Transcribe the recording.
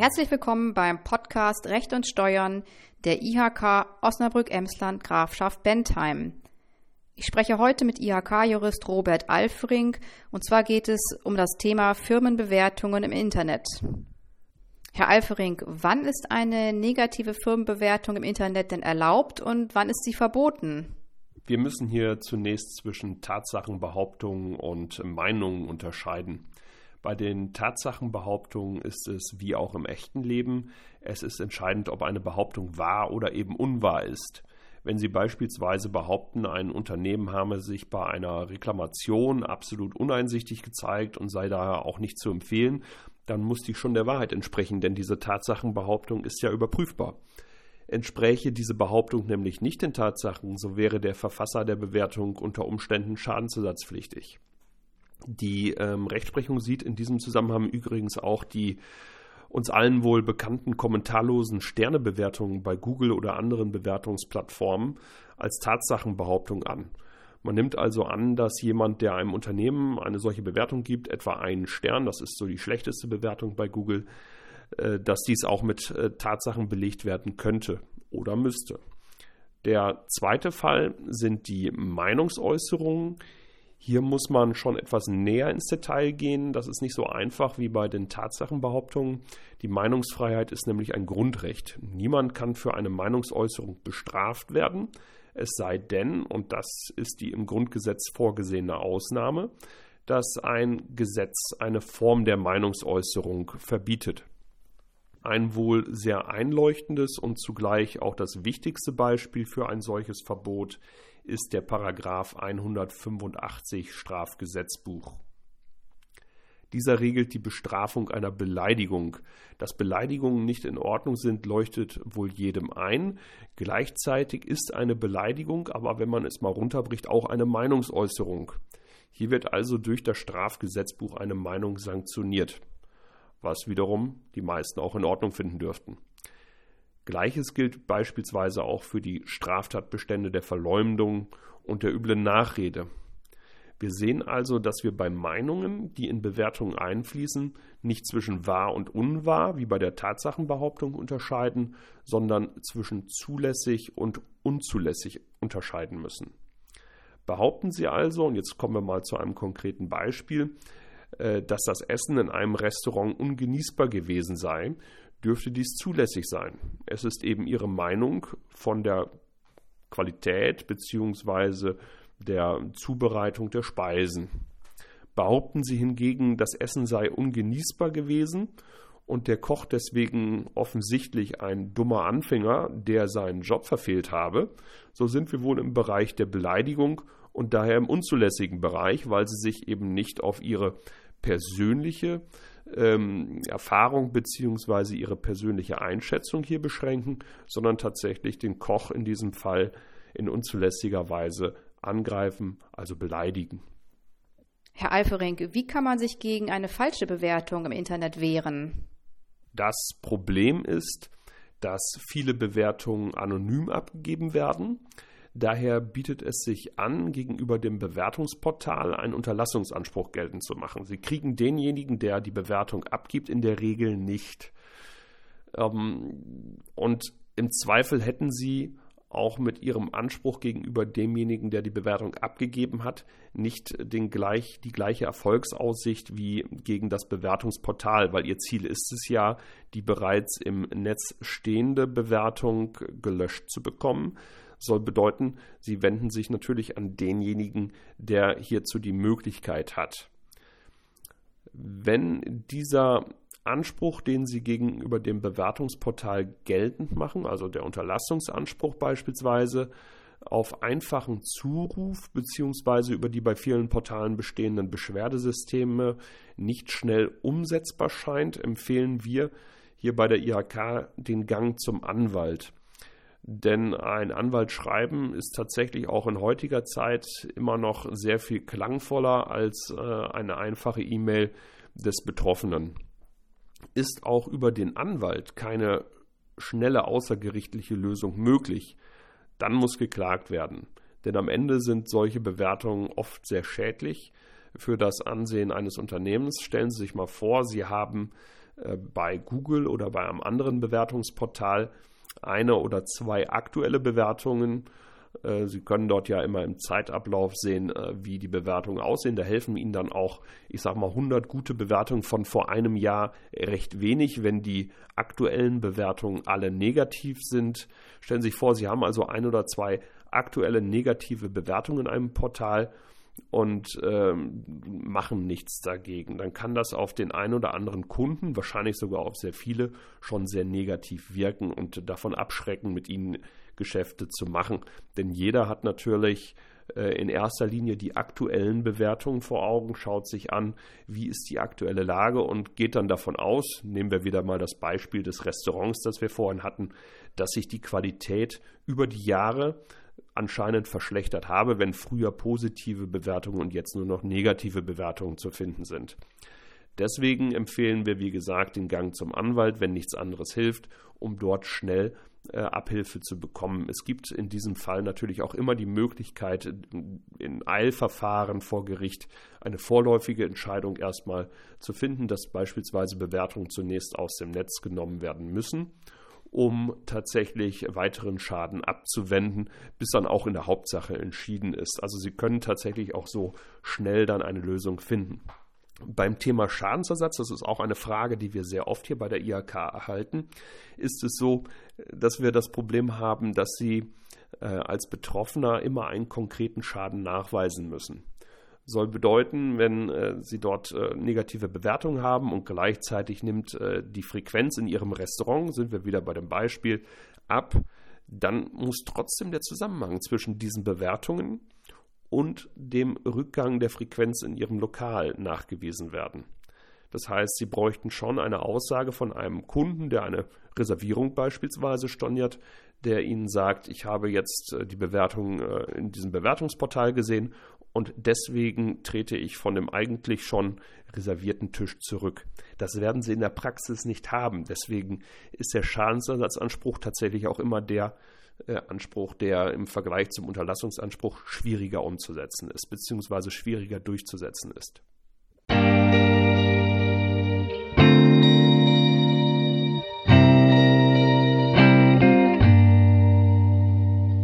Herzlich willkommen beim Podcast Recht und Steuern der IHK Osnabrück-Emsland Grafschaft Bentheim. Ich spreche heute mit IHK-Jurist Robert Alfering und zwar geht es um das Thema Firmenbewertungen im Internet. Herr Alfering, wann ist eine negative Firmenbewertung im Internet denn erlaubt und wann ist sie verboten? Wir müssen hier zunächst zwischen Tatsachenbehauptungen und Meinungen unterscheiden. Bei den Tatsachenbehauptungen ist es wie auch im echten Leben. Es ist entscheidend, ob eine Behauptung wahr oder eben unwahr ist. Wenn Sie beispielsweise behaupten, ein Unternehmen habe sich bei einer Reklamation absolut uneinsichtig gezeigt und sei daher auch nicht zu empfehlen, dann muss die schon der Wahrheit entsprechen, denn diese Tatsachenbehauptung ist ja überprüfbar. Entspräche diese Behauptung nämlich nicht den Tatsachen, so wäre der Verfasser der Bewertung unter Umständen schadensersatzpflichtig. Die Rechtsprechung sieht in diesem Zusammenhang übrigens auch die uns allen wohl bekannten kommentarlosen Sternebewertungen bei Google oder anderen Bewertungsplattformen als Tatsachenbehauptung an. Man nimmt also an, dass jemand, der einem Unternehmen eine solche Bewertung gibt, etwa einen Stern, das ist so die schlechteste Bewertung bei Google, dass dies auch mit Tatsachen belegt werden könnte oder müsste. Der zweite Fall sind die Meinungsäußerungen. Hier muss man schon etwas näher ins Detail gehen. Das ist nicht so einfach wie bei den Tatsachenbehauptungen. Die Meinungsfreiheit ist nämlich ein Grundrecht. Niemand kann für eine Meinungsäußerung bestraft werden, es sei denn, und das ist die im Grundgesetz vorgesehene Ausnahme, dass ein Gesetz eine Form der Meinungsäußerung verbietet. Ein wohl sehr einleuchtendes und zugleich auch das wichtigste Beispiel für ein solches Verbot ist der Paragraph 185 Strafgesetzbuch. Dieser regelt die Bestrafung einer Beleidigung. Dass Beleidigungen nicht in Ordnung sind, leuchtet wohl jedem ein. Gleichzeitig ist eine Beleidigung, aber wenn man es mal runterbricht, auch eine Meinungsäußerung. Hier wird also durch das Strafgesetzbuch eine Meinung sanktioniert, was wiederum die meisten auch in Ordnung finden dürften. Gleiches gilt beispielsweise auch für die Straftatbestände der Verleumdung und der üblen Nachrede. Wir sehen also, dass wir bei Meinungen, die in Bewertungen einfließen, nicht zwischen wahr und unwahr, wie bei der Tatsachenbehauptung unterscheiden, sondern zwischen zulässig und unzulässig unterscheiden müssen. Behaupten Sie also, und jetzt kommen wir mal zu einem konkreten Beispiel, dass das Essen in einem Restaurant ungenießbar gewesen sei, dürfte dies zulässig sein. Es ist eben Ihre Meinung von der Qualität bzw. der Zubereitung der Speisen. Behaupten Sie hingegen, das Essen sei ungenießbar gewesen und der Koch deswegen offensichtlich ein dummer Anfänger, der seinen Job verfehlt habe, so sind wir wohl im Bereich der Beleidigung und daher im unzulässigen Bereich, weil Sie sich eben nicht auf Ihre persönliche Erfahrung bzw. Ihre persönliche Einschätzung hier beschränken, sondern tatsächlich den Koch in diesem Fall in unzulässiger Weise angreifen, also beleidigen. Herr Alfering, wie kann man sich gegen eine falsche Bewertung im Internet wehren? Das Problem ist, dass viele Bewertungen anonym abgegeben werden. Daher bietet es sich an, gegenüber dem Bewertungsportal einen Unterlassungsanspruch geltend zu machen. Sie kriegen denjenigen, der die Bewertung abgibt, in der Regel nicht. Und im Zweifel hätten Sie auch mit Ihrem Anspruch gegenüber demjenigen, der die Bewertung abgegeben hat, nicht die gleiche Erfolgsaussicht wie gegen das Bewertungsportal, weil Ihr Ziel ist es ja, die bereits im Netz stehende Bewertung gelöscht zu bekommen. Soll bedeuten, Sie wenden sich natürlich an denjenigen, der hierzu die Möglichkeit hat. Wenn dieser Anspruch, den Sie gegenüber dem Bewertungsportal geltend machen, also der Unterlassungsanspruch beispielsweise, auf einfachen Zuruf bzw. über die bei vielen Portalen bestehenden Beschwerdesysteme nicht schnell umsetzbar scheint, empfehlen wir hier bei der IHK den Gang zum Anwalt. Denn ein Anwalt schreiben ist tatsächlich auch in heutiger Zeit immer noch sehr viel klangvoller als eine einfache E-Mail des Betroffenen. Ist auch über den Anwalt keine schnelle außergerichtliche Lösung möglich, dann muss geklagt werden. Denn am Ende sind solche Bewertungen oft sehr schädlich für das Ansehen eines Unternehmens. Stellen Sie sich mal vor, Sie haben bei Google oder bei einem anderen Bewertungsportal eine oder zwei aktuelle Bewertungen. Sie können dort ja immer im Zeitablauf sehen, wie die Bewertungen aussehen. Da helfen Ihnen dann auch, 100 gute Bewertungen von vor einem Jahr recht wenig, wenn die aktuellen Bewertungen alle negativ sind. Stellen Sie sich vor, Sie haben also ein oder zwei aktuelle negative Bewertungen in einem Portal und machen nichts dagegen. Dann kann das auf den einen oder anderen Kunden, wahrscheinlich sogar auf sehr viele, schon sehr negativ wirken und davon abschrecken, mit ihnen Geschäfte zu machen. Denn jeder hat natürlich in erster Linie die aktuellen Bewertungen vor Augen, schaut sich an, wie ist die aktuelle Lage und geht dann davon aus, nehmen wir wieder mal das Beispiel des Restaurants, das wir vorhin hatten, dass sich die Qualität über die Jahre anscheinend verschlechtert habe, wenn früher positive Bewertungen und jetzt nur noch negative Bewertungen zu finden sind. Deswegen empfehlen wir, wie gesagt, den Gang zum Anwalt, wenn nichts anderes hilft, um dort schnell Abhilfe zu bekommen. Es gibt in diesem Fall natürlich auch immer die Möglichkeit, in Eilverfahren vor Gericht eine vorläufige Entscheidung erstmal zu finden, dass beispielsweise Bewertungen zunächst aus dem Netz genommen werden müssen, um tatsächlich weiteren Schaden abzuwenden, bis dann auch in der Hauptsache entschieden ist. Also Sie können tatsächlich auch so schnell dann eine Lösung finden. Beim Thema Schadensersatz, das ist auch eine Frage, die wir sehr oft hier bei der IHK erhalten, ist es so, dass wir das Problem haben, dass Sie als Betroffener immer einen konkreten Schaden nachweisen müssen. Soll bedeuten, wenn Sie dort negative Bewertungen haben und gleichzeitig nimmt die Frequenz in Ihrem Restaurant, sind wir wieder bei dem Beispiel, ab, dann muss trotzdem der Zusammenhang zwischen diesen Bewertungen und dem Rückgang der Frequenz in Ihrem Lokal nachgewiesen werden. Das heißt, Sie bräuchten schon eine Aussage von einem Kunden, der eine Reservierung beispielsweise storniert, der Ihnen sagt, ich habe jetzt die Bewertung in diesem Bewertungsportal gesehen und deswegen trete ich von dem eigentlich schon reservierten Tisch zurück. Das werden Sie in der Praxis nicht haben. Deswegen ist der Schadensersatzanspruch tatsächlich auch immer der Anspruch, der im Vergleich zum Unterlassungsanspruch schwieriger umzusetzen ist, beziehungsweise schwieriger durchzusetzen ist.